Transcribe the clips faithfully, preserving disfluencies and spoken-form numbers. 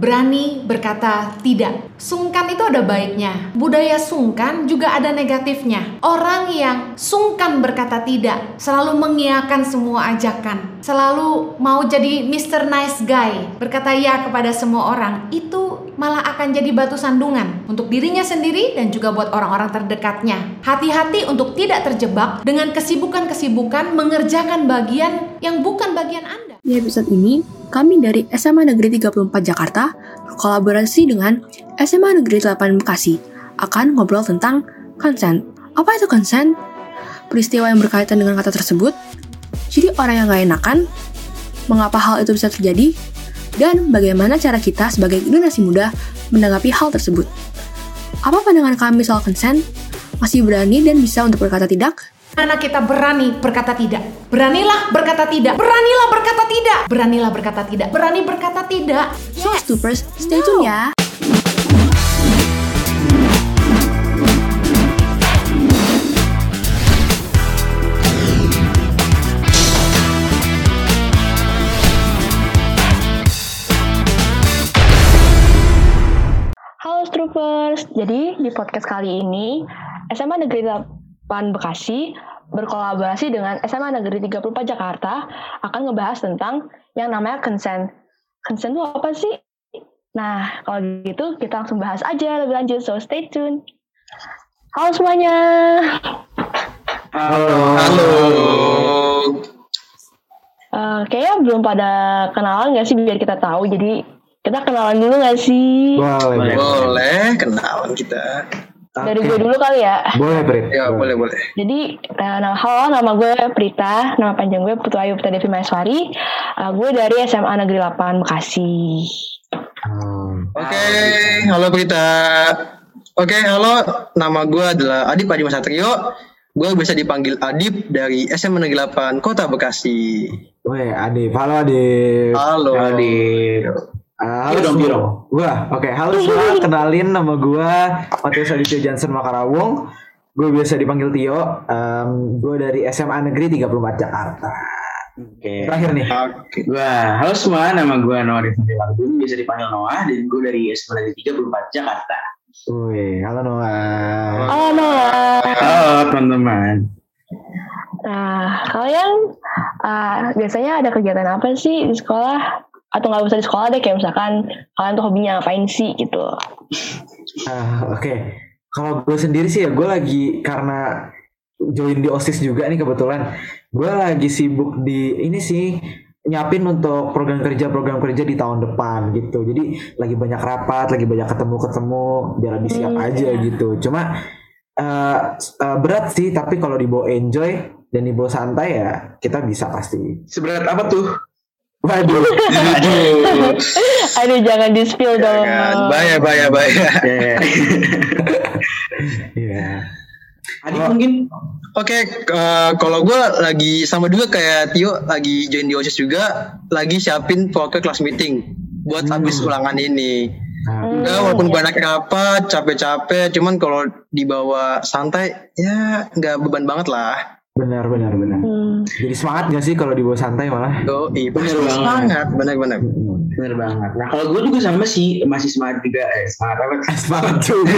berani berkata tidak. Sungkan itu ada baiknya. Budaya sungkan juga ada negatifnya. Orang yang sungkan berkata tidak, selalu mengiyakan semua ajakan, selalu mau jadi mister Nice Guy, berkata ya kepada semua orang, itu malah akan jadi batu sandungan untuk dirinya sendiri dan juga buat orang-orang terdekatnya. Hati-hati untuk tidak terjebak dengan kesibukan-kesibukan mengerjakan bagian yang bukan bagian Anda. Di episode ini, kami dari S M A Negeri tiga puluh empat Jakarta berkolaborasi dengan S M A Negeri delapan Bekasi akan ngobrol tentang consent. Apa itu consent? Peristiwa yang berkaitan dengan kata tersebut, jadi orang yang gak enakan, mengapa hal itu bisa terjadi, dan bagaimana cara kita sebagai generasi muda menanggapi hal tersebut. Apa pandangan kami soal consent? Masih berani dan bisa untuk berkata tidak? Karena kita berani berkata tidak. Beranilah berkata tidak. Beranilah berkata tidak. Beranilah berkata tidak. Berani berkata tidak. So, Stoopers, stay tune ya. Halo Stoopers, jadi di podcast kali ini S M A Negeri delapan Bekasi berkolaborasi dengan S M A Negeri tiga puluh empat Jakarta akan ngebahas tentang yang namanya consent. Consent itu apa sih? Nah, kalau gitu kita langsung bahas aja lebih lanjut, so stay tune. Halo semuanya. Halo. Halo. Uh, kayaknya belum pada kenalan nggak sih biar kita tahu, jadi kita kenalan dulu nggak sih? Boleh. Boleh, kenalan kita. Dari gue dulu kali ya. Boleh, Prit. Ya, boleh, boleh. Jadi, uh, nah, halo, nama gue Prita, nama panjang gue Putu Ayu Putri Devi Maheswari. Uh, gue dari S M A Negeri delapan Bekasi. Hmm. Oke, okay. Halo Prita. Oke, okay, halo, nama gue adalah Adip Adi Masatrio. Gue bisa dipanggil Adip dari S M A Negeri delapan Kota Bekasi. Weh, Adip. Halo Adip. Halo. Halo Adip. Uh, halo dong, Biro. Gua, oke. Okay. Halo semua, kenalin nama gua Matius Aditya Jansen Makarawung. Gue biasa dipanggil Tio. Um, gue dari S M A Negeri tiga puluh empat Jakarta. Oke. Okay. Terakhir nih. Oke. Okay. Gua, halo semua, nama gue Noah Devandi Lagun, biasa dipanggil Noah, dan gue dari S M A Negeri tiga puluh empat Jakarta. Wih, halo Noah. Halo Noah. Halo teman-teman. Nah, kalian uh, biasanya ada kegiatan apa sih di sekolah? Atau nggak usah di sekolah deh, kayak misalkan kalian tuh hobinya ngapain sih gitu. Uh, Oke, okay. Kalau gue sendiri sih ya, gue lagi karena join di OSIS juga nih kebetulan. Gue lagi sibuk di ini sih, nyiapin untuk program kerja-program kerja di tahun depan gitu. Jadi lagi banyak rapat, lagi banyak ketemu-ketemu, biar lebih siap hmm, aja ya. Gitu. Cuma uh, uh, berat sih, tapi kalau dibawa enjoy dan dibawa santai ya kita bisa pasti. Seberat apa tuh? Waduh, aduh, aduh jangan di spill dong. Bahaya, bahaya, bahaya. Iya. Adik mungkin. Oke, okay, uh, kalau gue lagi sama juga kayak Tio, lagi join di OSIS juga, lagi siapin proker kelas meeting buat hmm. habis ulangan ini. Hmm. Udah, walaupun ya. banyak rapat, capek-capek, cuman kalau dibawa santai, ya nggak beban banget lah. Benar, benar, benar. Hmm. Jadi semangat gak sih kalau dibawa santai malah? Oh, iya, benar banget. Semangat, benar-benar. Benar banget. Nah, kalau gue juga sama sih, masih semangat juga. Eh, semangat apa? Semangat juga.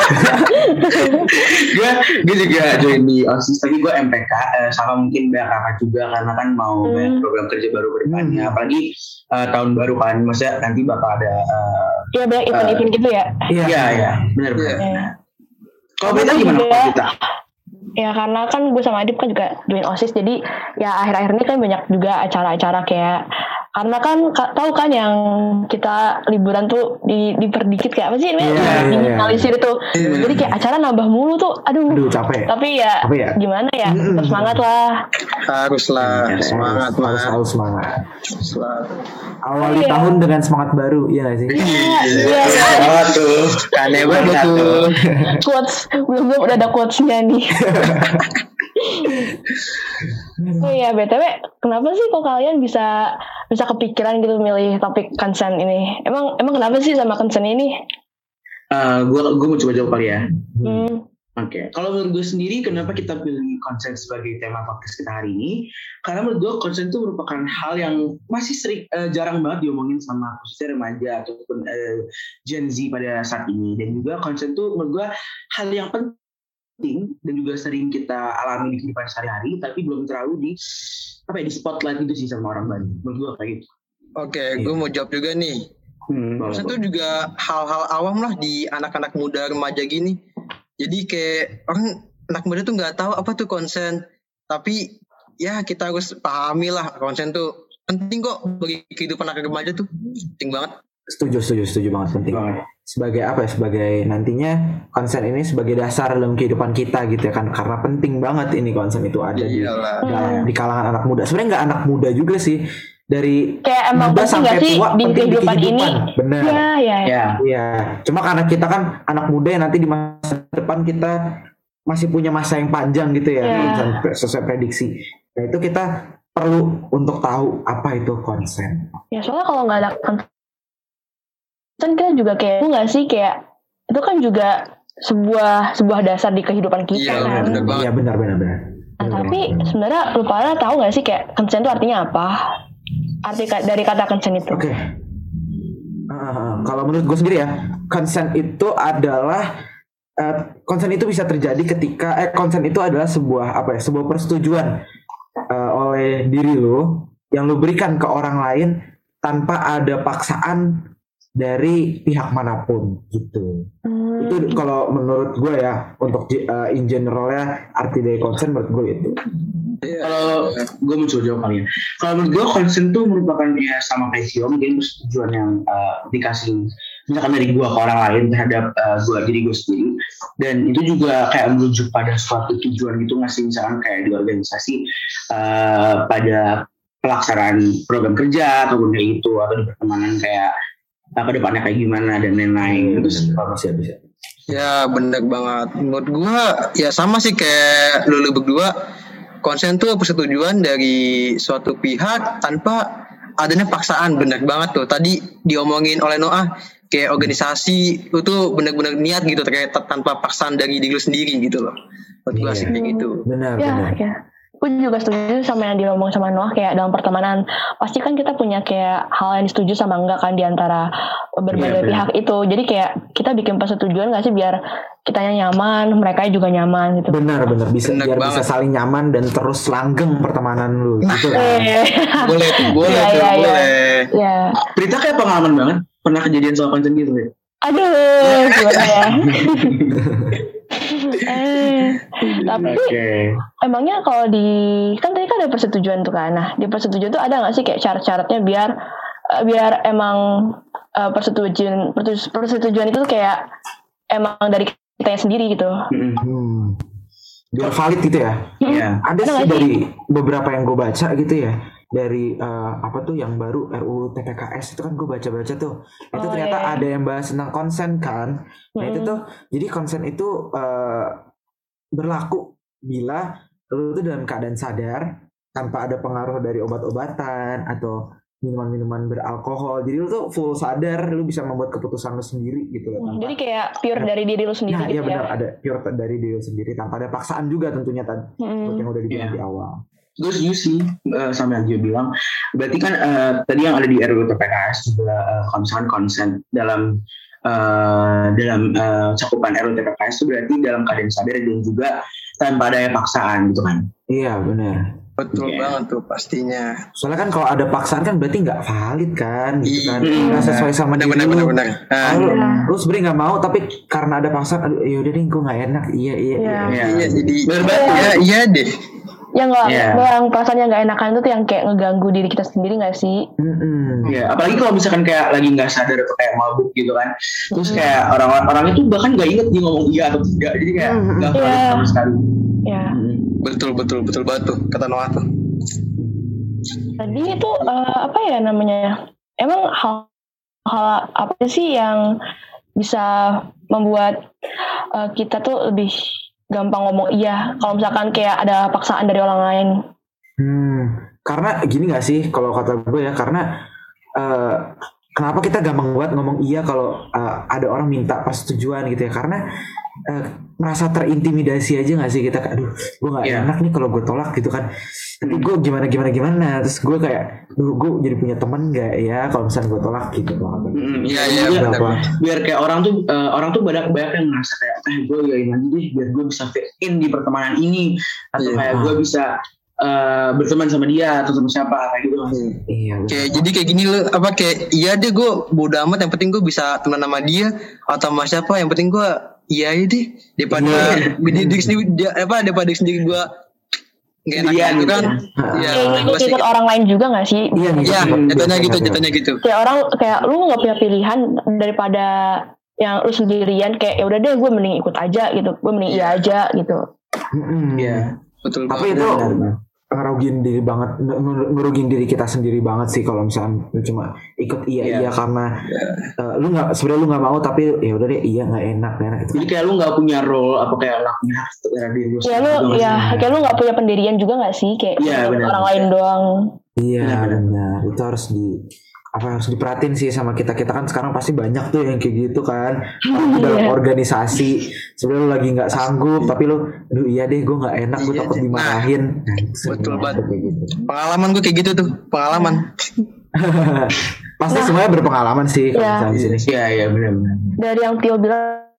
Gue, gue juga join di OSIS, tapi gue M P K eh, sama mungkin banyak kakak juga karena kan mau hmm. program kerja baru ke depannya. Hmm. Apalagi uh, tahun baru kan, maksudnya nanti bakal ada. Iya, uh, banyak event-event uh, gitu ya? Iya, iya, benar-benar. Ya. Kalau beda gimana kalau kita? Ya karena kan gue sama Adip kan juga join OSIS, jadi ya akhir-akhir ini kan banyak juga acara-acara kayak, karena kan ka, tahu kan yang kita liburan tuh di diperdikit kayak apa sih namanya, yeah, diminimalisir yeah, yeah. tuh, yeah. Jadi kayak acara nambah mulu tuh, aduh, aduh capek. Tapi ya, ya gimana ya, mm-hmm. Terus semangat lah. Haruslah ya, semangat, harus selalu semangat. Selalu. Awali yeah. tahun dengan semangat baru, iya nggak sih? Iya, iya. Oh tuh, kane banget tuh. Quotes, belum belum udah ada quotesnya nih. Oh iya, B T W kenapa sih kok kalian bisa bisa kepikiran gitu milih topik consent ini? Emang emang kenapa sih sama consent ini? Uh, gue gue mau coba jawab kali ya. Hmm. Oke, okay. Kalau menurut gue sendiri kenapa kita pilih konsen sebagai tema podcast kita hari ini? Karena menurut gue konsen itu merupakan hal yang masih sering uh, jarang banget diomongin sama khususnya remaja ataupun uh, Gen Z pada saat ini. Dan juga konsen itu menurut gue hal yang penting dan juga sering kita alami di kehidupan sehari-hari, tapi belum terlalu di apa ya di spotlight itu sih sama orang banyak. Menurut gue kayak gitu. Oke, okay, gue mau jawab juga nih. Hmm, konsen itu juga hal-hal awam lah di anak-anak muda remaja gini. Jadi kayak orang anak muda tuh nggak tahu apa tuh konsen, tapi ya kita harus pahami lah konsen tuh penting kok bagi kehidupan anak remaja tuh penting banget. Setuju, setuju, setuju banget penting. Sebagai apa ya? Sebagai nantinya konsen ini sebagai dasar dalam kehidupan kita gitu ya kan, karena penting banget ini konsen itu ada di, dalam, di kalangan anak muda. Sebenarnya nggak anak muda juga sih. Dari kayak emang muda sampai tua di kehidupan, di kehidupan ini. Benar. Iya, iya. Ya. Ya. Cuma karena kita kan anak muda yang nanti di masa depan kita masih punya masa yang panjang gitu ya, yeah. sesuai prediksi. Nah itu kita perlu untuk tahu apa itu konsen. Ya soalnya kalau nggak ada konsen kita juga kayak itu nggak sih kayak itu kan juga sebuah sebuah dasar di kehidupan kita yeah, kan. Iya benar benar benar. Nah, tapi sebenarnya lu pada tahu nggak sih kayak konsen itu artinya apa? Arti dari kata konsen itu. Oke. Okay. Uh, kalau menurut gue sendiri ya, konsen itu adalah uh, konsen itu bisa terjadi ketika eh konsen itu adalah sebuah apa ya, sebuah persetujuan uh, oleh diri lo yang lo berikan ke orang lain tanpa ada paksaan dari pihak manapun gitu. Hmm. Itu kalau menurut gue ya, untuk uh, in generalnya arti dari konsen menurut gue itu. Yeah. Kalau gue mencoba jawab kali ya. Kalau menurut gue konsen itu merupakan ya sama kayak Sio, mungkin tujuan yang uh, dikasih misalkan dari gue ke orang lain terhadap uh, gue diri gue sendiri, dan itu juga kayak merujuk pada suatu tujuan gitu nggak sih, misalkan kayak di organisasi uh, pada pelaksanaan program kerja ataupun kayak itu, atau di pertemanan kayak uh, ke depannya kayak gimana dan lain-lain. Itu sih bisa bisa. Ya benar banget. Menurut gue ya sama sih kayak lulu berdua. Konsen tuh persetujuan dari suatu pihak tanpa adanya paksaan. Benar banget tuh. Tadi diomongin oleh Noah kayak organisasi itu benar-benar niat gitu terkait tanpa paksaan dari diri lu sendiri gitu loh. Menurut gue sih kayak gitu. Benar, ya, benar. Ya. Gue juga setuju sama yang diomong sama Noah, kayak dalam pertemanan pasti kan kita punya kayak hal yang disetujui sama enggak kan diantara berbagai yeah, pihak bener. Itu jadi kayak kita bikin persetujuan nggak sih biar kitanya nyaman, mereka juga nyaman gitu. Benar benar bisa bener biar banget. Bisa saling nyaman dan terus langgeng pertemanan lu gitu kan. boleh tuh boleh ya, tuh ya, boleh ya. Berita kayak pengalaman banget pernah kejadian soal konsen gitu ya. Aduh gimana ya. eh, tapi okay. Emangnya kalau di kan tadi kan ada persetujuan tuh kan, nah di persetujuan tuh ada nggak sih kayak syarat-syaratnya biar uh, biar emang uh, persetujuan persetujuan itu kayak emang dari kitanya sendiri gitu. Hmm. Biar valid gitu ya. Hmm. Ya. Ada sih dari beberapa yang gue baca gitu ya. Dari uh, apa tuh yang baru R U U T P K S itu kan gue baca-baca tuh. Itu oh, ternyata iya. Ada yang bahas tentang konsen kan. Nah hmm. itu tuh jadi konsen itu uh, berlaku bila lu tuh dalam keadaan sadar tanpa ada pengaruh dari obat-obatan atau minuman-minuman beralkohol. Jadi lu tuh full sadar, lu bisa membuat keputusan lu sendiri gitu loh. Hmm, jadi kayak pure dari diri lu sendiri. Nah, gitu iya benar, ya. ada pure dari diri lu sendiri tanpa ada paksaan juga tentunya tadi. Hmm. Yang udah dibilang yeah. di awal. Gue setuju sih uh, sama yang dia bilang. Berarti kan uh, tadi yang ada di R U U T P K S juga uh, kalau misalkan konsen dalam uh, dalam uh, cakupan R U U T P K S itu berarti dalam keadaan sadar dan juga tanpa ada paksaan gitu kan. Iya benar. Betul yeah. banget tuh pastinya. Soalnya kan kalau ada paksaan kan berarti nggak valid kan, gitu kan, nggak mm, sesuai sama diri bener, lu. Bener, bener. Uh, lu, lu sebenarnya nggak mau tapi karena ada paksaan, aduh yaudah deh gue nggak enak, iya iya yeah. iya. Iya jadi ya iya deh. Yang nggak, yeah. yang perasaannya nggak enakan itu tuh yang kayak ngeganggu diri kita sendiri nggak sih? Mm-hmm. Ya, apalagi kalau misalkan kayak lagi nggak sadar atau kayak mabuk gitu kan, terus kayak mm. orang-orang itu bahkan nggak inget dia ngomong iya atau tidak, jadi kayak nggak mm-hmm. valid yeah. sama sekali. Ya. Yeah. Mm. Betul betul betul banget tuh kata Noah tuh. Tadi itu uh, apa ya namanya? Emang hal-hal apa sih yang bisa membuat uh, kita tuh lebih gampang ngomong iya kalau misalkan kayak ada paksaan dari orang lain? Hmm, karena gini nggak sih kalau kata gue ya, karena uh, kenapa kita gampang buat ngomong iya kalau uh, ada orang minta persetujuan gitu ya, karena uh, merasa terintimidasi aja nggak sih kita, aduh gue nggak Iya. enak nih kalau gue tolak gitu kan, tapi gue gimana gimana gimana, terus gue kayak, duh gue jadi punya teman nggak ya kalau misalnya gue tolak gitu. Mm, Iya, iya, iya, biar, benar. biar kayak orang tuh uh, orang tuh banyak banyak yang ngerasa kayak eh gue yain aja deh biar gue bisa fit in di pertemanan ini, atau Iya. kayak gue bisa uh, berteman sama dia atau sama siapa kayak gitu. Iya. Kayak jadi kayak gini loh, apa kayak iya deh gue bodo amat, yang penting gue bisa teman sama dia atau sama siapa, yang penting gue iya aja deh daripada dia diri sendiri dia apa daripada diri sendiri gue nggak enak Sendirian gitu kan. gitu. Iya, Kayak gue sih ngikut orang lain juga gak sih? Iya, iya, ngikut- jatuhnya biasa gitu, aja. jatuhnya gitu. Kayak orang kayak lu nggak punya pilihan daripada yang lu sendirian, kayak ya udah deh gue mending ikut aja gitu, gue mending iya aja gitu. Mm-mm. Iya. Betul Tapi banget. itu Benar-benar. ngerugiin diri banget, nge- ngerugiin diri kita sendiri banget sih kalau misalnya lu cuma ikut iya iya Iya. karena uh, lu nggak sebenarnya lu nggak mau, tapi ya udah deh iya nggak enak nggak enak gitu. Jadi kayak lu nggak punya role apa kayak nggak punya hak secara diri lu. Ya lu sendiri, ya gitu. kayak lu nggak punya pendirian juga nggak sih, kayak Iya, ikut benar. orang lain doang. Iya Benar-benar. benar, itu harus di apa harus diperhatiin sih sama kita kita kan sekarang pasti banyak tuh yang kayak gitu kan. Apalagi dalam Iya. organisasi sebenarnya lu lagi nggak sanggup tapi lu aduh iya deh gue nggak enak gue Iya takut deh. dimarahin. Nah, Betul semua banget. kayak gitu. Pengalaman gue kayak gitu tuh, pengalaman. Pasti semuanya berpengalaman sih kalau Iya. misalnya di sini. Iya iya benar-benar. Dari yang Tio bilang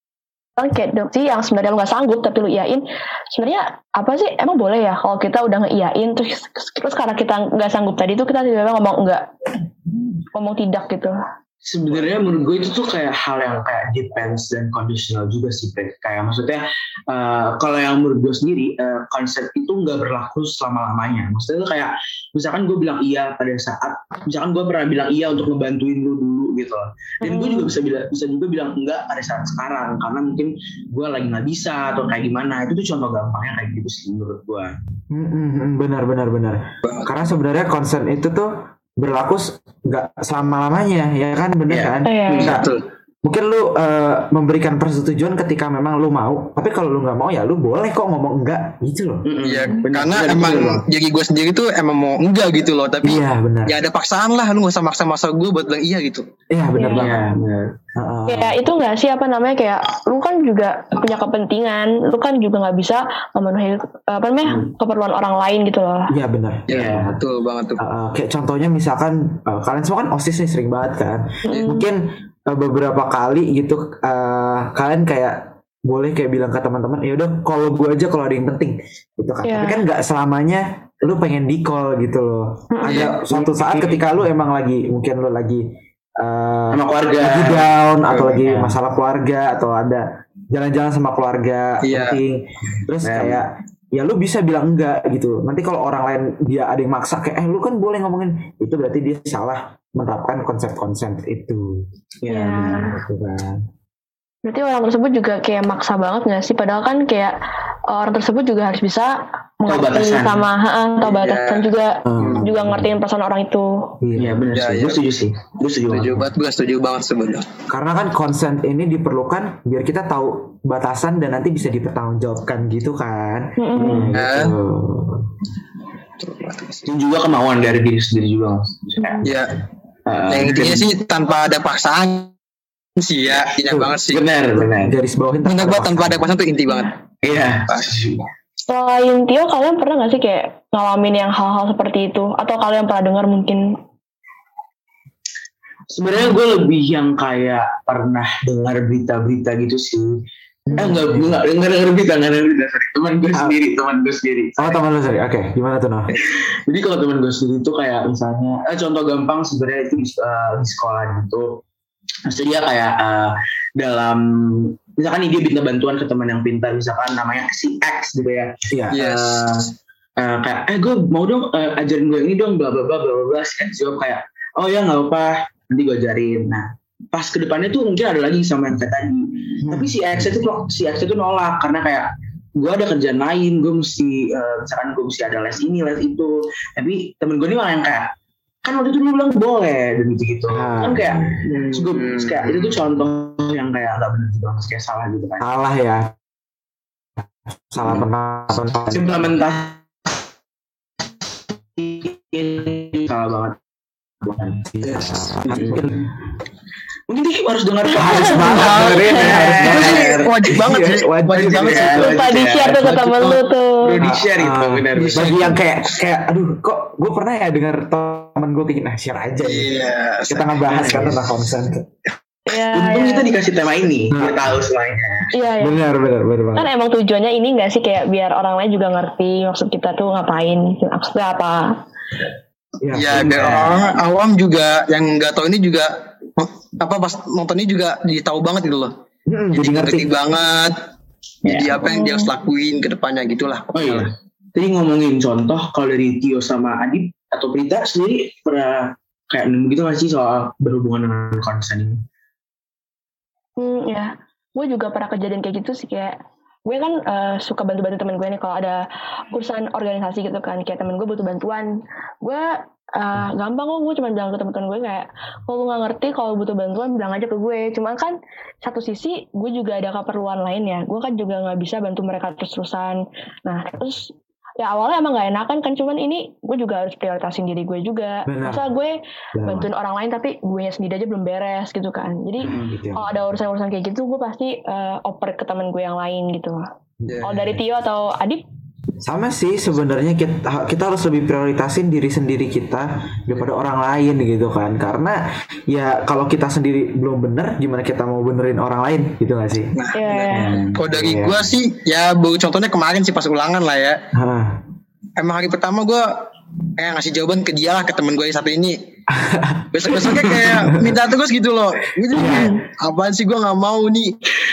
kayak dok sih yang sebenarnya lu nggak sanggup tapi lu iyain, sebenarnya apa sih emang boleh ya kalau kita udah ngeiyain terus terus karena kita nggak sanggup tadi tuh kita tiba-tiba ngomong enggak, ngomong tidak gitu. Sebenarnya menurut gue itu tuh kayak hal yang kayak depends dan conditional juga sih, Bre. Kayak maksudnya uh, kalau yang menurut gue sendiri uh, konsep itu nggak berlaku selama-lamanya. Maksudnya tuh kayak misalkan gue bilang iya pada saat misalkan gue pernah bilang iya untuk ngebantuin lu dulu gitu loh. Dan gue juga bisa bilang bisa juga bilang enggak pada saat sekarang karena mungkin gue lagi nggak bisa atau kayak gimana. Itu tuh contoh gampangnya kayak gitu sih menurut gue. Hmm, benar benar benar. Karena sebenarnya konsen itu tuh berlaku nggak selama lamanya ya kan, bener Iya. kan? Iya. Bisa. Betul. Mungkin lu uh, memberikan persetujuan ketika memang lu mau, tapi kalau lu nggak mau ya lu boleh kok ngomong enggak gitu loh. Mm-mm. Iya, Benar, karena benar, emang benar. jadi gue sendiri tuh emang mau enggak gitu loh, tapi Iya benar. ya ada paksaan lah, lu gak usah maksa-maksa gue buat bilang iya gitu. Iya benar Iya. banget. Iya, benar. Heeh. Kayak itu nggak sih apa namanya, kayak lu kan juga punya kepentingan, lu kan juga nggak bisa memenuhi apa namanya keperluan orang lain gitu loh. Iya benar. Ya, Iya. betul banget tuh. Uh, kayak contohnya misalkan uh, kalian semua kan OSIS nih sering banget kan. Mm. Mungkin uh, beberapa kali gitu uh, kalian kayak boleh kayak bilang ke teman-teman, ya udah call gue aja kalau ada yang penting gitu kan. Iya. Tapi kan nggak selamanya lu pengen di call gitu loh. Ada suatu saat ketika lu emang lagi mungkin lu lagi uh, Sama keluarga. lagi down atau lagi Iya. masalah keluarga atau ada jalan-jalan sama keluarga Iya. penting. Terus Iya. kayak ya lu bisa bilang enggak gitu. Nanti kalau orang lain dia ada yang maksa kayak eh lu kan boleh ngomongin, itu berarti dia salah menerapkan konsep-konsep itu. Iya. Iya. benar. Gitu kan. Berarti orang tersebut juga kayak maksa banget nggak sih? Padahal kan kayak orang tersebut juga harus bisa mengerti batasan. sama heeh, tahu batasan juga, Hmm. juga ngertiin perasaan orang itu. Iya benar Iya, sih. iya. Gue setuju sih. Gue setuju. Setuju banget. banget, gue setuju banget sebenarnya. Karena kan konsen ini diperlukan biar kita tahu batasan dan nanti bisa dipertanggungjawabkan gitu kan. Mm-mm. Nah, gitu. Dan juga kemauan dari diri sendiri juga. Mas. Ya, Uh, yang intinya sih tanpa ada paksaan sih ya, intinya banget sih. benar benar. Garis bawahin Intinya gue tanpa ada paksaan tuh inti banget. Iya. Selain Tio, kalian pernah nggak sih kayak ngalamin yang hal-hal seperti itu? Atau kalian pernah dengar mungkin? Sebenarnya gue lebih yang kayak pernah dengar berita-berita gitu sih. Eh enggak enggak enggak dengar berita, enggak dengar berita. Sorry. Teman gue Ah. sendiri, teman gue sendiri. Oh teman lu sorry, oke gimana tuh Noh? Jadi kalau teman gue sendiri itu kayak misalnya, eh, contoh gampang sebenarnya itu di, eh, di sekolah gitu. Maksudnya dia kayak eh, dalam misalkan nih dia minta bantuan ke teman yang pintar, misalkan namanya si X gitu ya. Iya. Yes. Eh, eh, kayak eh gue mau dong eh, ajarin gue ini dong bla bla bla bla bla bla. Si X jawab kayak oh ya nggak apa, nanti gue ajarin. Nah pas kedepannya tuh mungkin ada lagi sama yang kayak tadi. Hmm. Tapi si X itu si X itu nolak karena kayak gue ada kerjaan lain, gue mesti uh, misalkan gue mesti ada les ini les itu. Tapi temen gue ini malah yang kayak kan waktu itu dia bilang boleh dan gitu gitu. Ah. Kan kayak, Hmm. terus gue kayak itu tuh contoh yang kayak nggak benar juga, kayak salah gitu kan. Salah ya. Salah penerapan. Implementasi salah banget. Bukan. Iya. Mungkin dia harus dengar Harus banget dengerin ya, harus Itu sih banget. wajib banget sih. Wajib Wajib banget sih. ya. Lupa di share tuh ke temen lu tuh. Perlu di share itu Ah, benar. bagi yang kayak kayak aduh kok gue pernah ya dengar teman gue kayak gini, nah share aja gitu. Iya. Kita ngebahas kan tentang konsen. Iya, Untung iya. kita dikasih tema ini, Nah. biar tahu semuanya. Iya, iya. Benar benar benar Kan banget. emang tujuannya ini nggak sih kayak biar orang lain juga ngerti maksud kita tuh ngapain, maksudnya apa? Ya, biar orang awam juga yang nggak tahu ini juga apa pas nonton ini juga jadi tahu banget gitu loh. Hmm, Jadi jadi ngerti. ngerti banget. Jadi Ya. apa yang dia harus lakuin ke depannya gitulah. Oh iya. Tadi ngomongin contoh kalau dari Tio sama Adib atau Prita sendiri pernah kayak nemu gitu nggak sih soal berhubungan dengan konsen ini? Hmm, ya. Gue juga pernah kejadian kayak gitu sih kayak gue kan eh, suka bantu-bantu temen gue nih kalau ada urusan organisasi gitu kan, kayak temen gue butuh bantuan, gue eh, gampang kok, gue cuma bilang ke temen-temen gue kayak kalau lu nggak ngerti kalau butuh bantuan bilang aja ke gue. Cuman kan satu sisi gue juga ada keperluan lain ya, gue kan juga nggak bisa bantu mereka terus-terusan. Nah terus ya awalnya emang nggak enakan kan, cuman ini gue juga harus prioritasin diri gue juga. Benar. Masa gue Benar. bantuin orang lain tapi gue sendiri aja belum beres gitu kan. Jadi Gitu ya. kalau ada urusan-urusan kayak gitu gue pasti uh, oper ke teman gue yang lain gitu. Ya. Kalau dari Tio atau Adib? Sama sih sebenarnya kita kita harus lebih prioritasin diri sendiri kita daripada orang lain gitu kan, karena ya kalau kita sendiri belum bener gimana kita mau benerin orang lain gitu gak sih? Ya. Kalau dari Iya. gue sih ya baru contohnya kemarin sih pas ulangan lah ya. Hah. Emang hari pertama gue kayak ngasih jawaban ke dia lah, ke temen gue yang satu ini. Besok-besoknya kayak minta terus gitu loh. Gitu, apaan sih gue nggak mau nih.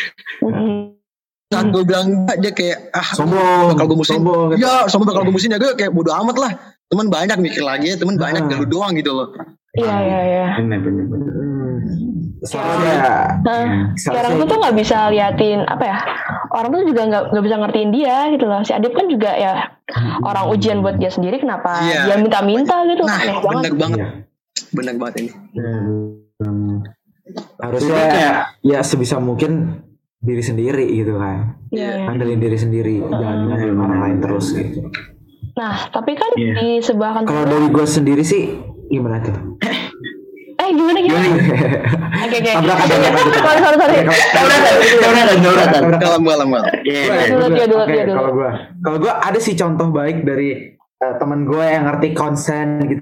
Saat gue bilang enggak, dia kayak ah Sombong, bakal gue musim. sombong, gitu. Ya sombong bakal gue musim ya, gue kayak bodo amat lah. Temen banyak mikir lagi ya, temen banyak Ah. gak lu doang gitu loh. Iya iya iya. Benar benar benar. Hmm. Seharusnya Nah, seharusnya orang tuh tuh nggak bisa liatin apa ya? Orang tuh juga nggak nggak bisa ngertiin dia gitu loh. Si Adib kan juga ya orang ujian buat dia sendiri, kenapa Iya. dia minta-minta gitu? Nah Aneh banget. bener banget. Iya. Bener banget ini. Hmm. Harusnya Jadi kayak ya sebisa mungkin diri sendiri gitu kan, Iya, iya. andelin diri sendiri, jangan nyalain orang lain terus gitu. Nah tapi kan Iya. di sebelah Kalau kantor. dari gue sendiri sih gimana tuh? Eh gimana gimana? Oke oke. Tabrakan, tabrakan, Sorry sorry sorry. Tabrakan, tabrakan, tabrakan. Dalam dalam dalam. Iya. Gua ya, Dulu, gua- Tio, dulu, oke, Tio, dulu. kalau gue, kalau gue ada sih contoh baik dari eh, teman gue yang ngerti konsen gitu.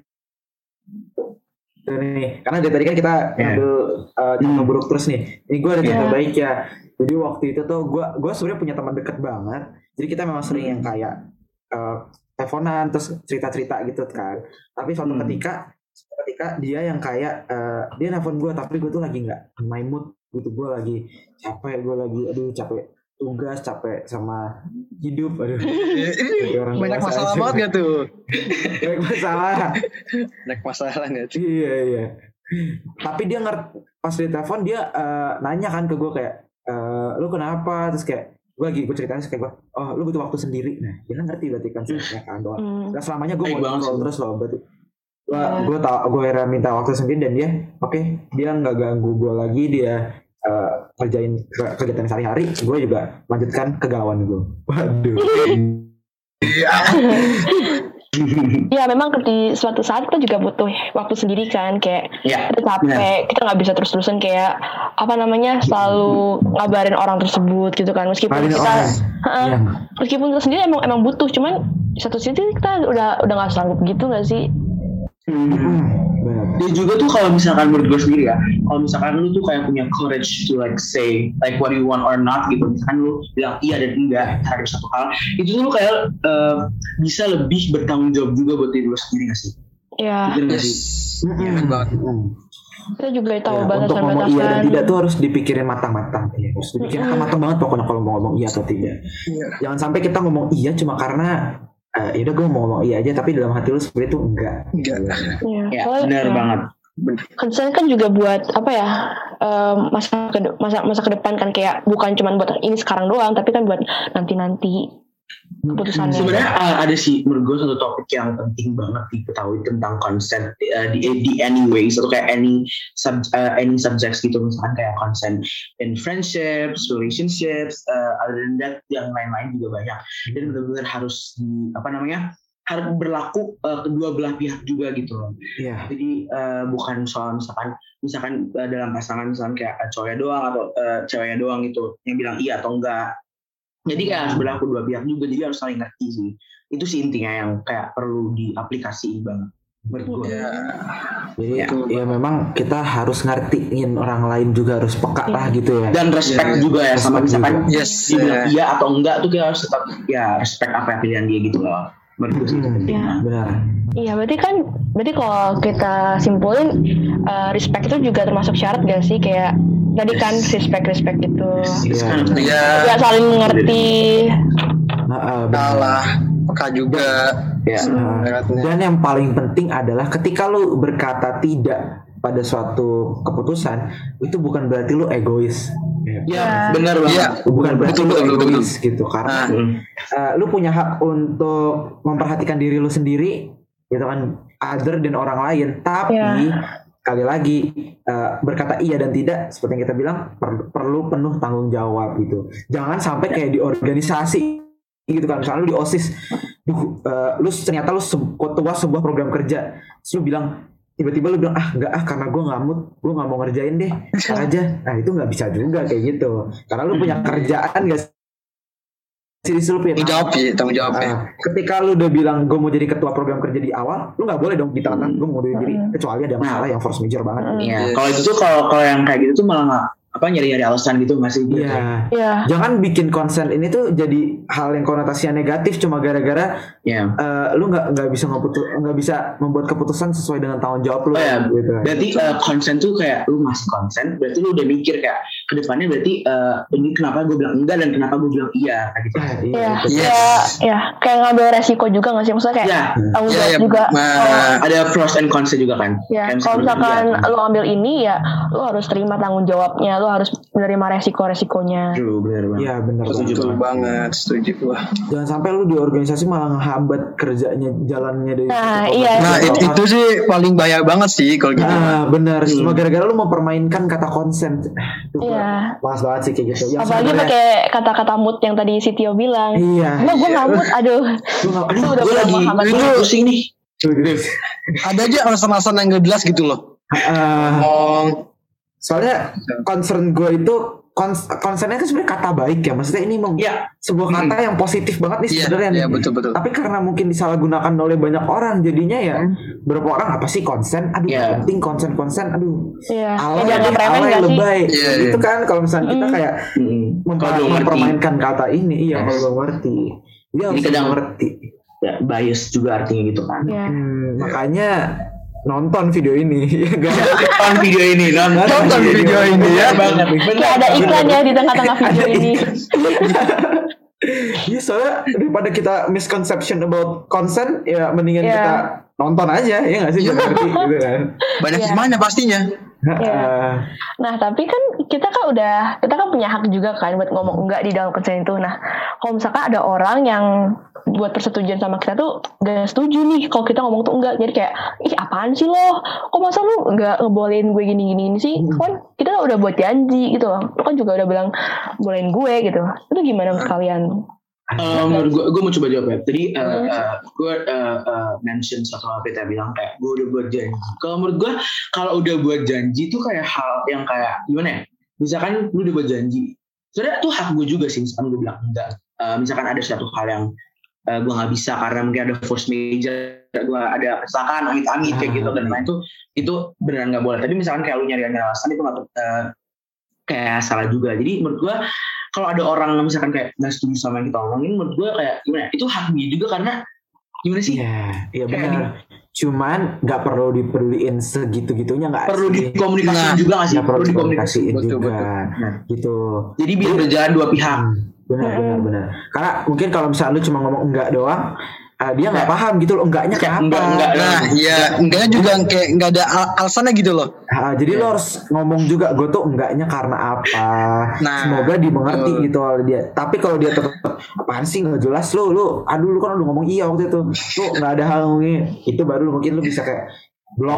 Nih, karena dari tadi kan kita Iya. ngambil eh, contoh Hmm. buruk terus nih. Ini gue ada Iya. contoh baik ya. Jadi waktu itu tuh gue, gue sebenarnya punya teman deket banget. Jadi kita memang sering yang kayak eh, teleponan terus cerita-cerita gitu kan. Tapi suatu Hmm. ketika, suatu ketika dia yang kayak eh, dia nelfon gue, tapi gue tuh lagi nggak in my mood gitu. Gue lagi capek, gue lagi aduh capek tugas, capek sama hidup, aduh. Jadi orang Banyak dewasa masalah aja. banget gak tuh? Banyak masalah. Banyak masalah gak sih? Iya iya. Tapi dia ngerti pas dia telepon dia eh, nanya kan ke gue kayak eh, lu kenapa, terus kayak gue lagi gue ceritain terus kayak gue oh lu butuh waktu sendiri. Nah dia kan ngerti berarti kan sebenarnya kan doang. Hmm. Dan selamanya gue Baik mau banget ngobrol sih. terus loh berarti. Gue Iya. gue tau gue akhirnya minta waktu sendiri dan dia oke dia nggak ganggu gue lagi, dia eh, kerjain ke- kegiatan sehari-hari, gue juga lanjutkan kegalauan gue. Waduh. Iya. Ya memang di suatu saat kita juga butuh waktu sendiri kan, kayak Ya. kita capek, kita nggak bisa terus-terusan kayak apa namanya selalu ngabarin orang tersebut gitu kan, meskipun Ngabarin kita orang. Heeh. Iya. meskipun kita sendiri emang emang butuh, cuman di satu sisi kita udah udah nggak sanggup gitu nggak sih? Hmm. Benar. Dan juga tuh kalau misalkan menurut gue sendiri ya, kalau misalkan lu tuh kayak punya courage to like say like what you want or not gitu, misalkan lu bilang iya dan enggak terhadap satu hal, itu tuh lu kayak eh, bisa lebih bertanggung jawab juga buat diri lu sendiri gak sih? Ya Bener gak sih? Iya bener banget. Hmm. kita juga tahu Ya, untuk ngomong batasan-batasan. iya dan tidak tuh harus dipikirin matang-matang ya. Harus dipikirin Mm-mm. matang banget pokoknya kalau mau ngomong iya atau tidak. Iya. Jangan sampai kita ngomong iya cuma karena eh ya udah gue mau ngomong iya aja tapi dalam hati lu sebenarnya tuh enggak. Enggak. Ya, Ya, soalnya, bener ya, banget. Consent kan juga buat apa ya, em, masa ke masa masa ke depan kan, kayak bukan cuma buat ini sekarang doang, tapi kan buat nanti-nanti keputusannya. Sebenarnya uh, ada sih menurut gue satu topik yang penting banget diketahui tentang consent uh, di, di any ways atau kayak any sub, uh, any subjects gitu, misalkan kayak consent in friendships, relationships, uh, other than that yang lain-lain juga banyak, dan benar-benar harus di apa namanya harus berlaku uh, kedua belah pihak juga gitu loh. Iya. Jadi uh, bukan soal misalkan misalkan uh, dalam pasangan misalkan kayak uh, cowoknya doang atau uh, ceweknya doang gitu yang bilang iya atau enggak. Jadi kayak harus berlaku dua pihak juga, jadi harus saling ngerti sih. Itu sih intinya yang kayak perlu diaplikasiin banget menurut gue. Ya. Jadi ya, ya memang kita harus ngertiin orang lain juga, harus peka lah gitu ya. Dan respect Ya, juga ya sama misalkan yes, dia bilang ya. iya atau enggak tuh kita harus tetap ya respect apa pilihan dia gitu loh. Menurut gue Hmm, Ya. benar. Iya, berarti kan berarti kalau kita simpulin uh, respect itu juga termasuk syarat gak sih, kayak tadi kan respect respect itu Iya. Ya, ya saling mengerti. Nah, uh, benar. kalah peka juga. ya. Nah, Beratnya. dan yang paling penting adalah ketika lu berkata tidak pada suatu keputusan, itu bukan berarti lu egois. Ya, benar banget. Iya. Bukan berarti Betul, lu betul, betul, egois gitu, karena Ah. Hmm. uh, lu punya hak untuk memperhatikan diri lu sendiri, gitu kan, other dan orang lain. Tapi Ya. sekali lagi uh, berkata iya dan tidak seperti yang kita bilang per- perlu penuh tanggung jawab gitu. Jangan sampai kayak di organisasi gitu kan, misalnya lu di OSIS, duh, uh, lu ternyata lu se- ketua sebuah program kerja, terus lu bilang tiba-tiba lu bilang ah enggak ah karena gue nggak mood, gue nggak mau ngerjain deh, ntar aja. Nah itu nggak bisa juga kayak gitu, karena lu punya kerjaan gak sih di seluruh Tanggung jawab ya, tanggung jawab ya. Nah, ketika lu udah bilang gue mau jadi ketua program kerja di awal, lu nggak boleh dong di tengah gue mau jadi diri, kecuali ada masalah yang force major banget. Iya, kalau itu tuh kalau kalau yang kayak gitu tuh malah nggak apa nyari-nyari alasan gitu nggak sih? Iya. Ya. Jangan bikin konsen ini tuh jadi hal yang konotasinya negatif cuma gara-gara Iya. eh, lu nggak nggak bisa ngeputus nggak bisa membuat keputusan sesuai dengan tanggung jawab lu. Oh ya, gitu. berarti uh, konsen tuh kayak lu masih konsen, berarti lu udah mikir kayak kedepannya berarti uh, ini kenapa gue bilang enggak dan kenapa gue bilang iya kayak gitu. Ah, iya, Ya, betul. Yes. ya, ya, kayak ngambil resiko juga nggak sih, maksudnya kayak Ya, tanggung Ya, jawab ya, juga. ma- Kalau ada pros and cons juga kan. ya, Kayak kalau misalkan iya. lo ambil ini ya, lo harus terima tanggung jawabnya, lo harus menerima resiko-resikonya. True, benar banget. Iya benar. Setuju Betul banget. banget, setuju. Wah. Jangan sampai lu di organisasi malah ngehambat kerjanya jalannya dari Nah, satu iya. program Nah ke it- orang. itu sih paling bahaya banget sih kalau gitu. Nah benar, Hmm. cuma gara-gara lu mempermainkan kata konsen. Itu Iya. Mas banget sih kayak gitu. Yang Apalagi sebenarnya- pakai kata-kata mood yang tadi si Tio bilang. Iya. Enggak, gue nggak mood, aduh. Lu nggak- Itu udah Gue mulai lagi menghambat itu banget. pusing nih. Ada aja alasan-alasan yang gak jelas gitu loh. Ah, Oh, soalnya concern gue itu kons concernnya kan sebenarnya kata baik ya, maksudnya ini mau Iya. sebuah kata yang positif banget nih iya, sebenarnya nih. iya betul betul. Tapi karena mungkin disalahgunakan oleh banyak orang, jadinya ya beberapa orang apa sih konsen, aduh Iya. nggak penting konsen konsen, aduh Iya. alay, Ya, dianggap remeh alay nggak sih? lebay, Iya, gitu iya. kan kalau misalnya kita Mm. kayak Hmm. memper- Kalau belum ngerti. mempermainkan kata ini, iya Yes. kalau belum ngerti, dia harus kadang- ngerti. Ya, bias juga artinya gitu kan. Iya. Hmm, makanya nonton video ini, ya kan? Nonton video ini, nonton, Nonton video ini ya. banget. Kayak ada iklan ya di tengah-tengah video ini. Iya soalnya daripada kita misconception about consent, ya mendingan Iya. kita nonton aja, ya nggak sih, biar ngerti gitu kan. Banyak Iya. hikmahnya pastinya. Ah, Nah, tapi kan kita kan udah, kita kan punya hak juga kan buat ngomong enggak di dalam konsen itu. Nah, kalau misalkan ada orang yang buat persetujuan sama kita tuh gak setuju nih kalau kita ngomong tuh enggak, jadi kayak ih apaan sih lo, kok masa lu nggak ngebolehin gue gini gini gini sih, kan kita kan udah buat janji gitu loh, lo kan juga udah bilang bolehin gue gitu, itu gimana menurut kalian? Uh, menurut gue, gue mau coba jawab ya. Tadi uh, Hmm. uh, gue uh, uh, mention satu hal Peter bilang kayak gue udah buat janji. Kalau menurut gue, kalau udah buat janji tuh kayak hal yang kayak gimana ya? Misalkan lu udah buat janji, sebenarnya tuh hak gue juga sih. Misalkan gue bilang enggak. Uh, misalkan ada suatu hal yang uh, gue nggak bisa karena mungkin ada force major, gue ada kecelakaan, amit-amit kayak gitu dan lain itu itu beneran nggak boleh. Tapi misalkan kayak lu nyari alasan itu nggak uh, kayak salah juga. Jadi menurut gue kalau ada orang misalkan kayak nggak setuju sama yang kita omongin, menurut gue kayak gimana? Itu hak dia juga karena gimana sih? Iya, iya Kayak benar. Cuman nggak perlu dipeduliin segitu-gitunya, nggak Perlu sih? dikomunikasiin Nah, juga nggak sih? Nggak perlu dikomunikasiin Betul, juga, betul. Nah. gitu. Jadi biar berjalan dua pihak. Hmm, benar benar benar. Karena mungkin kalau misalnya lu cuma ngomong enggak doang, ah, dia nggak paham gitu loh, enggaknya Kayak kenapa? enggak, enggak. Nah, ya enggaknya juga kayak enggak ada al- alasannya gitu loh. Ah, jadi lo harus ngomong juga, gue tuh enggaknya karena apa. Nah, Semoga dimengerti betul. gitu oleh dia. Tapi kalau dia tetap apaan sih nggak jelas lu, lu, aduh lu kan udah ngomong iya waktu itu, lu nggak ada hal ngomongin, itu baru lu mungkin lu bisa kayak blok, Ya.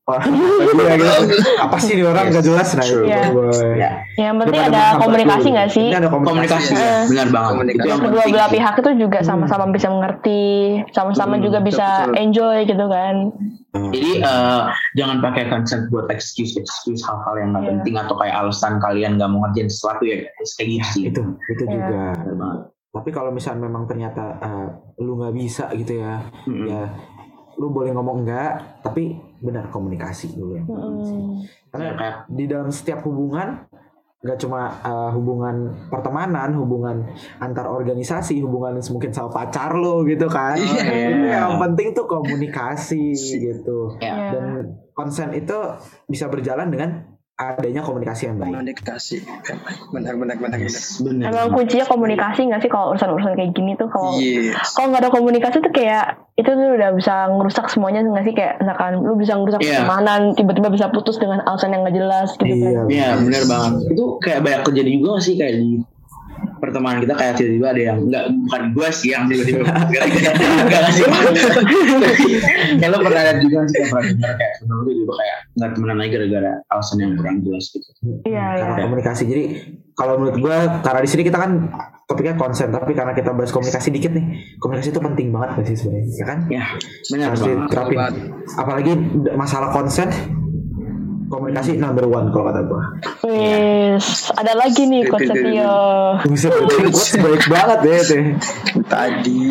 Wah, dia gitu. Apa sih ini orang nggak jelas nah itu. Iya. Ya. Yang penting Daripada ada menghambat komunikasi dulu. nggak sih? Ini ada komunikasi. Komunikasi Iya. ya, benar banget. Komunikasi. Itu yang Kedua penting belah sih. pihak itu juga sama-sama bisa mengerti, sama-sama Hmm, juga bisa betul. enjoy gitu kan. Jadi eh, jangan pakai consent buat excuse excuse hal-hal yang nggak Iya. penting atau kayak alasan kalian nggak mau ngerjain sesuatu ya guys. Kayak gitu sih. Itu itu Iya. juga. Benar banget. Tapi kalau misalnya memang ternyata uh, lu nggak bisa gitu ya, Mm-mm. ya lu boleh ngomong enggak, tapi benar komunikasi dulu yang penting sih. Mm. Karena Ya, kayak di dalam setiap hubungan nggak cuma uh, hubungan pertemanan, hubungan antar organisasi, hubungan mungkin sama pacar lo gitu kan. Iya. Itu yang penting tuh komunikasi gitu. ya. Dan konsen itu bisa berjalan dengan adanya komunikasi yang baik. Komunikasi. Benar benar benar benar. Benar. Emang kuncinya komunikasi nggak sih kalau urusan-urusan kayak gini tuh kalau Yes. kalau nggak ada komunikasi tuh kayak itu tuh udah bisa ngerusak semuanya nggak sih, kayak misalkan lu bisa ngerusak Iya. pertemanan, tiba-tiba bisa putus dengan alasan yang nggak jelas gitu kan. Iya. Iya benar banget. Itu kayak banyak terjadi juga nggak sih kayak di pertemanan kita, kayak tiba-tiba ada yang nggak, bukan gue sih yang tiba-tiba nggak ngasih makan. Kayak lo pernah lihat juga sih, kayak pernah dengar kayak temen lu juga kayak nggak temenan lagi gara-gara alasan yang kurang jelas gitu. Iya, Karena iya. komunikasi. Jadi kalau menurut gua, karena di sini kita kan topiknya konsen, tapi karena kita bahas komunikasi dikit nih, komunikasi itu penting banget gak sih sebenarnya, ya kan? Ya benar Harus banget. diterapin. Apalagi masalah konsen, komunikasi number one kalau kata gua. Wis, ada lagi nih coach Setio. Buset, itu baik banget ya teh. Tadi.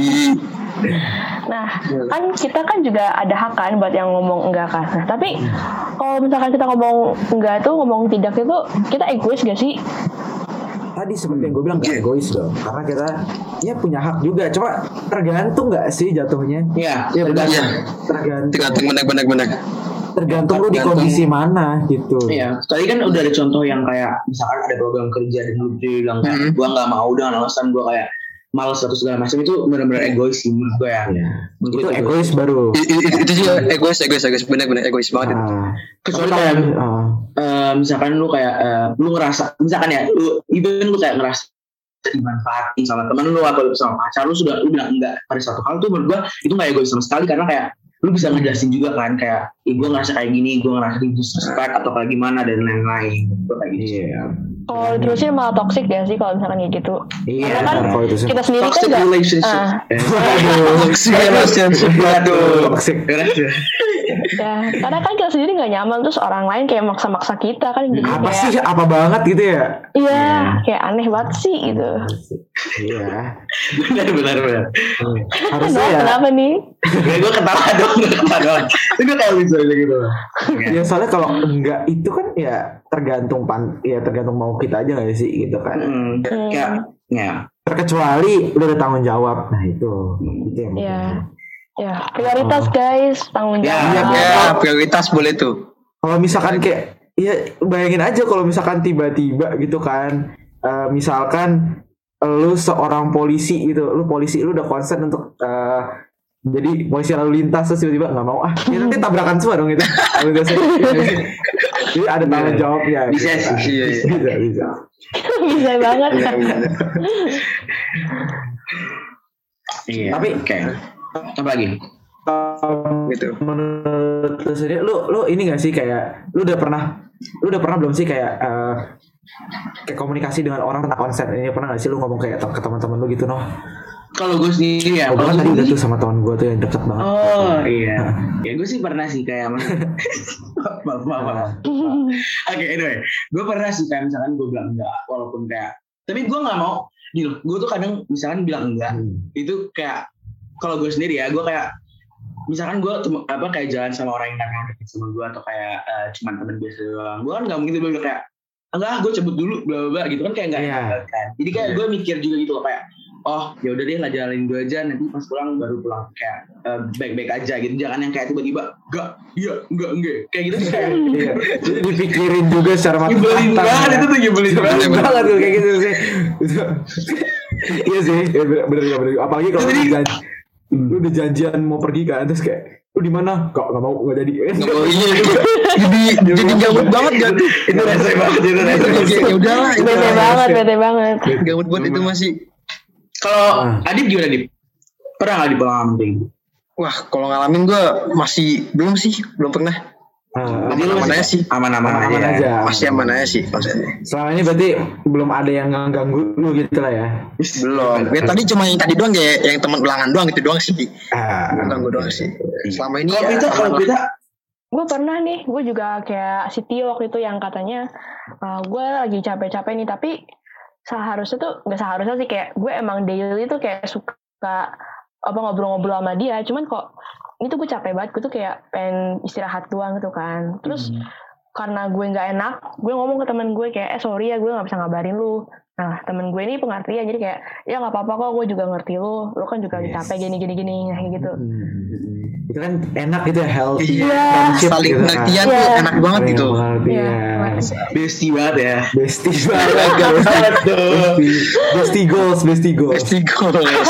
Nah, kan kita kan juga ada hak kan buat yang ngomong enggak kan. Nah, tapi kalau misalkan kita ngomong enggak tuh, ngomong tidak itu kita egois gak sih? Tadi seperti yang gue bilang gak egois dong, karena kita ya punya hak juga. Coba tergantung gak sih jatuhnya? Iya, Ya benar. Iya. Tergantung. Tergantung benar benar benar. Tergantung lu di Tergantung. kondisi mana gitu. Iya, tadi kan udah ada contoh yang kayak misalkan ada program kerja dan lu bilang kayak Hmm. gua nggak mau dengan alasan gua kayak malas atau segala macam, itu benar-benar egois sih menurut gua ya. Iya. Menurut Itu gua egois baru. I- i- Itu sih egois egois egois benar benar egois banget. itu. Ah. Kecuali Tapi kayak kalau- ah. eh, misalkan lu kayak eh, lu ngerasa misalkan ya lu even lu kayak ngerasa dimanfaatin sama teman lu atau sama pacar lu, sudah lu bilang enggak pada suatu hal tuh, menurut gua itu nggak egois sama sekali, karena kayak lu bisa ngejelasin juga kan kayak ih gue ngerasa kayak gini, gue ngerasa disrespect atau kayak gimana dan lain-lain gitu kayak gitu. Iya. Kalau terusin malah toxic ya sih kalau misalkan kayak gitu. Iya. Karena kan Kalau itu sih. kita sendiri kan Toxic nggak. relationship. Ah. Toxic relationship. Waduh. Toxic. Ya, karena kan kita sendiri nggak nyaman, terus orang lain kayak maksa-maksa kita kan jadi Apa kayak, sih? Apa banget gitu ya? iya, kayak aneh banget sih gitu. Iya. Benar benar benar. Harusnya Kenapa, ya. kenapa nih? Ya gue ketawa dong, gue ketawa dong. Itu kayak bisa gitu. Ya soalnya kalau enggak itu kan ya tergantung pan, ya tergantung mau kita aja nggak sih gitu kan. Hmm, kayak ya. Terkecuali udah ada tanggung jawab. Nah itu, itu yang penting. Ya, ya prioritas guys, tanggung Ya, jawab. Ya prioritas boleh tuh. Kalau misalkan kayak, ya bayangin aja kalau misalkan tiba-tiba gitu kan, eh, misalkan lu seorang polisi gitu, lu polisi lu udah konsen untuk eh, jadi polisi lalu lintas, terus tiba-tiba nggak mau ah, ya nanti tabrakan semua dong gitu. Jadi ada tanggung jawabnya. Bisa gitu. sih, iya, iya. Bisa, bisa. Bisa banget. Benar, benar. Iya. Tapi oke. Apa lagi? Um, Gitu. menurut lu sendiri, lu lu ini gak sih kayak lu udah pernah lu udah pernah belum sih kayak eh, kayak komunikasi dengan orang tentang konsen ini, pernah gak sih lu ngomong kayak ke teman-teman lu gitu noh? Kalau gue sendiri ya. Oh, kalau bahkan tadi gue udah sih- tuh sama teman gue tuh yang deket banget. Oh iya. Ya gue sih pernah sih kayak. Maaf maaf maaf. Oke, anyway, gue pernah sih kayak misalkan gue bilang enggak, walaupun kayak, tapi gue nggak mau. Gini, gue tuh kadang misalkan bilang enggak, Hmm. itu kayak kalau gue sendiri ya, gue kayak misalkan gue tem- apa kayak jalan sama orang yang nggak deket sama gue atau kayak uh, cuman temen biasa doang, gue kan nggak mungkin tiba-tiba kayak enggak, gue cabut dulu, bla bla bla gitu kan, kayak nggak Iya. enak kan. Jadi kayak gue mikir juga gitu loh, kayak oh ya udah deh lah, jalanin gue aja, nanti pas pulang baru pulang kayak uh, baik-baik aja gitu. Jangan yang kayak tiba-tiba enggak, iya enggak enggak kayak gitu kayak Iya. Jadi dipikirin juga secara nyebelin matang-matang. banget, ya. itu tuh nyebelin banget. Nyebelin banget tuh kayak gitu sih. Itu- Iya sih, ya bener bener bener. Apalagi kalau Jadi- lu janji, lu udah janjian mau pergi kan, terus kayak lu di mana? Kok nggak mau, nggak jadi. Oh iya. Jadi jadi gabut banget kan. Itu rese banget, itu rese banget. Ya udahlah. itu Bete lah. banget, bete banget. Gabut buat itu masih. Kalau Ah. Adip gimana Adip? Pernah nggak di pengalaman kayak gitu? Wah, kalau ngalamin gue masih belum sih, belum pernah. Ah, Berarti lu Aman masih aja sih. aman-aman aja. aman ya? aja. Masih aman aja sih maksudnya. Selama ini berarti belum ada yang ngeganggu lu gitu lah ya. Belum. Ya, tadi cuma yang tadi doang ya, yang teman ulangan doang itu doang sih. Ah, Ganggu doang sih. Selama ini Kalau ya, kita kalau aman. kita Gue pernah nih, gue juga kayak si Tio waktu itu yang katanya uh, gue lagi capek-capek nih, tapi seharusnya tuh nggak seharusnya sih, kayak gue emang daily tuh kayak suka apa ngobrol-ngobrol sama dia, cuman kok ini tuh gue capek banget, gue tuh kayak pengen istirahat doang gitu kan. Terus Hmm. karena gue nggak enak, gue ngomong ke teman gue kayak eh sorry ya gue nggak bisa ngabarin lu. Nah temen gue ini pengertian, jadi kayak ya nggak apa-apa kok, gue juga ngerti lu, lu kan juga Yes. capek gini gini gini kayak gitu. Hmm. Itu kan enak gitu ya, healthy Iya, friendship saling gitu kan. pengertian tuh Iya. enak banget Saling gitu. pengertian. bestie banget ya. Bestie banget kan. Bestie, bestie goals, bestie goals. Pasti goals.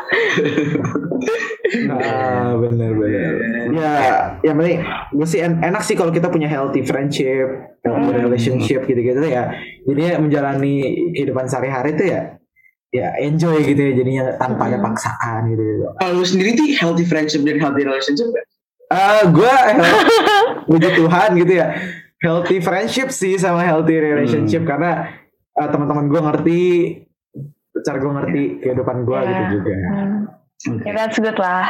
Ah, benar-benar. Ya, yang penting gue sih en- enak sih kalau kita punya healthy friendship, healthy relationship gitu-gitu ya. Jadinya menjalani kehidupan sehari-hari itu ya, ya enjoy gitu ya. Jadinya tanpa ada paksaan gitu. gitu. Kalau lu sendiri tuh healthy friendship dan healthy relationship gak? Ah, gue puji Tuhan gitu ya. Healthy friendship sih sama healthy relationship karena ah, teman-teman gue ngerti, cara gue ngerti kehidupan gue Iya. gitu juga. Hmm. Ya that's good lah.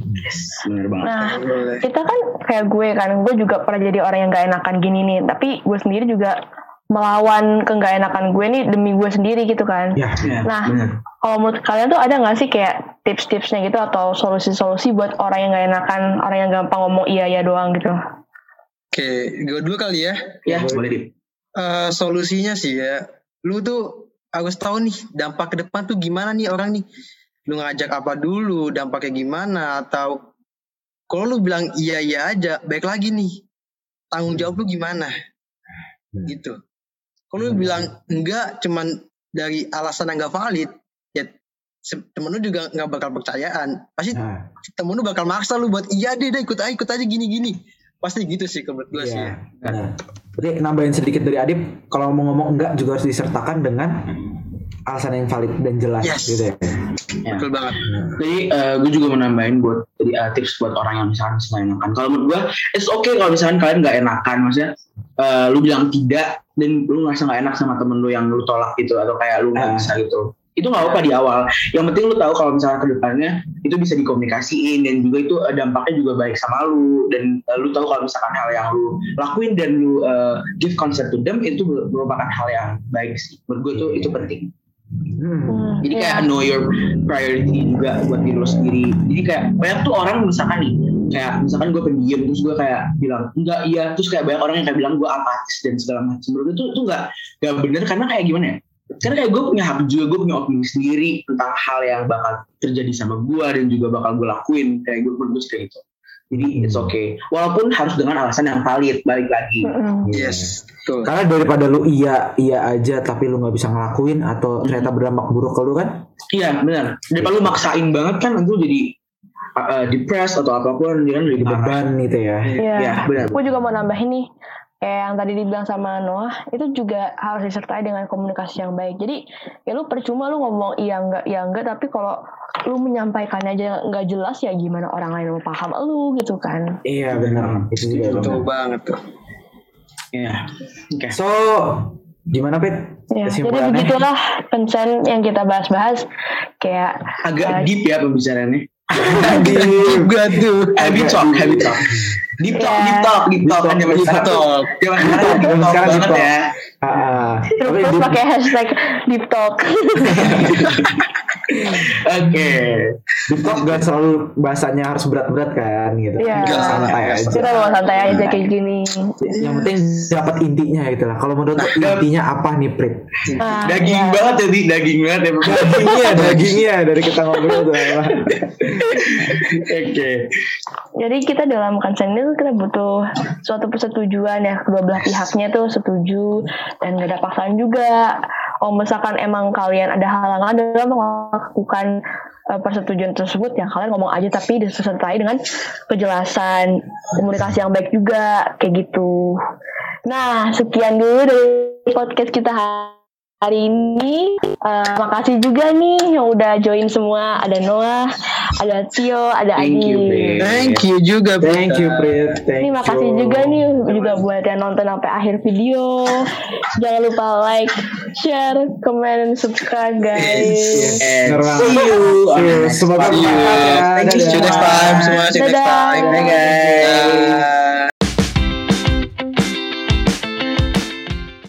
Bener banget. Nah, kita kan kayak gue kan, gue juga pernah jadi orang yang gak enakan gini nih, tapi gue sendiri juga melawan ke gak enakan gue nih demi gue sendiri gitu kan. Ya, Ya, Nah, bener. kalau menurut kalian tuh ada gak sih kayak tips-tipsnya gitu atau solusi-solusi buat orang yang gak enakan, orang yang gampang ngomong iya-iya doang gitu? Oke, gue dulu kali ya. Ya, boleh Dit. Eh, solusinya sih ya, lu tuh harus tahu nih dampak ke depan tuh gimana nih orang nih. Lu ngajak apa dulu, dampaknya gimana, atau kalau lu bilang iya iya aja, baik lagi nih, tanggung jawab lu gimana, Hmm. gitu. Kalau lu bilang enggak, cuman dari alasan yang gak valid, ya se- temen lu juga nggak bakal percayaan. Pasti nah, temen lu bakal maksa lu buat iya deh, deh ikut aja, ikut aja gini-gini. Pasti gitu sih menurut gue sih. iya, Ya. benar. Berarti nambahin sedikit dari Adip, kalau mau ngomong enggak juga harus disertakan dengan alasan yang valid dan jelas Yes. gitu ya. Ya. Betul banget. Jadi eh, gue juga mau nambahin buat jadi uh, tips buat orang yang misalkan nggak enakan. Kalau menurut gue, it's okay kalau misalkan kalian nggak enakan, maksudnya eh, lu bilang tidak dan lu ngerasa nggak enak sama temen lu yang lu tolak gitu atau kayak lu Ah. nggak bisa gitu. Itu nggak apa-apa di awal. Yang penting lu tahu kalau misalkan kedepannya itu bisa dikomunikasiin dan juga itu eh, dampaknya juga baik sama lu dan eh, lu tahu kalau misalkan hal yang lu lakuin dan lu eh, give consent to them itu merupakan hal yang baik sih. Menurut gue itu itu penting. Hmm. Hmm, Jadi iya. kayak know your priority juga buat diri lo sendiri. Jadi kayak banyak tuh orang misalkan nih, kayak misalkan gue pendiam terus gue kayak bilang enggak iya, terus kayak banyak orang yang kayak bilang gue apatis dan segala macam. Menurut gue tuh itu nggak nggak benar karena kayak gimana ya? Karena kayak gue punya hak juga, gue punya opini sendiri tentang hal yang bakal terjadi sama gue dan juga bakal gue lakuin. Kayak gue menurut gue kayak gitu. Jadi it's okay. Walaupun harus dengan alasan yang valid, balik lagi. Mm-mm. Yes, betul. Karena daripada lu iya iya aja tapi lu nggak bisa ngelakuin atau ternyata berdampak buruk ke lu kan? Iya benar. Daripada lu maksain banget kan itu jadi uh, depressed atau apapun dia kan Jadi lebih parah. beban gitu ya. Iya. Iya benar. Gue juga mau nambahin nih, kayak yang tadi dibilang sama Noah, itu juga harus disertai dengan komunikasi yang baik. Jadi ya lu percuma lu ngomong iya enggak iya enggak, tapi kalau lu menyampaikannya aja nggak jelas ya gimana orang lain mau paham lu gitu kan. Iya benar. Itu juga Betul benar. banget tuh. Iya. Oke. So gimana Pet? Ya, jadi Kesimpulannya? begitulah consent yang kita bahas-bahas, kayak Agak uh, deep ya pembicaraannya. Deep gak tuh? Heavy talk, heavy talk. Deep talk, Iya. deep talk, deep talk kan zaman Deep sekarang. talk. Zaman sekarang deep talk Sekarang deep banget talk. ya. Ah, tapi terus di- pakai hashtag deep talk. Oke. di talk gak selalu bahasanya harus berat-berat kan gitu. Iya. Kita santai aja. Kita bawa santai aja kayak gini. Yang penting dapat intinya gitu lah. Kalau menurut lu intinya apa nih Prit? Nah, Daging ya. banget jadi daging banget ya. Dagingnya, dagingnya dari kita ngobrol tuh. Oke. Jadi kita dalam consent itu kita butuh suatu persetujuan ya, kedua belah pihaknya tuh setuju dan gak ada paksaan juga. Kalau misalkan emang kalian ada halangan dalam melakukan uh, persetujuan tersebut, ya kalian ngomong aja tapi disertai dengan kejelasan, komunikasi yang baik juga kayak gitu. Nah, sekian dulu dari podcast kita hari ini. Uh, makasih juga nih yang udah join semua. Ada Noah, ada Tio, ada Thank Adi. you, Prit. Thank you juga. Thank you, Prit. Thank Ini makasih you. juga nih juga buat yang nonton sampai akhir video. Jangan lupa like, share, comment, subscribe guys. And Bener banget. see you on the next Semoga podcast. bermanfaat ya. Thank you. See you next time. Semua see you next Dadah. time. Bye guys. Dadah.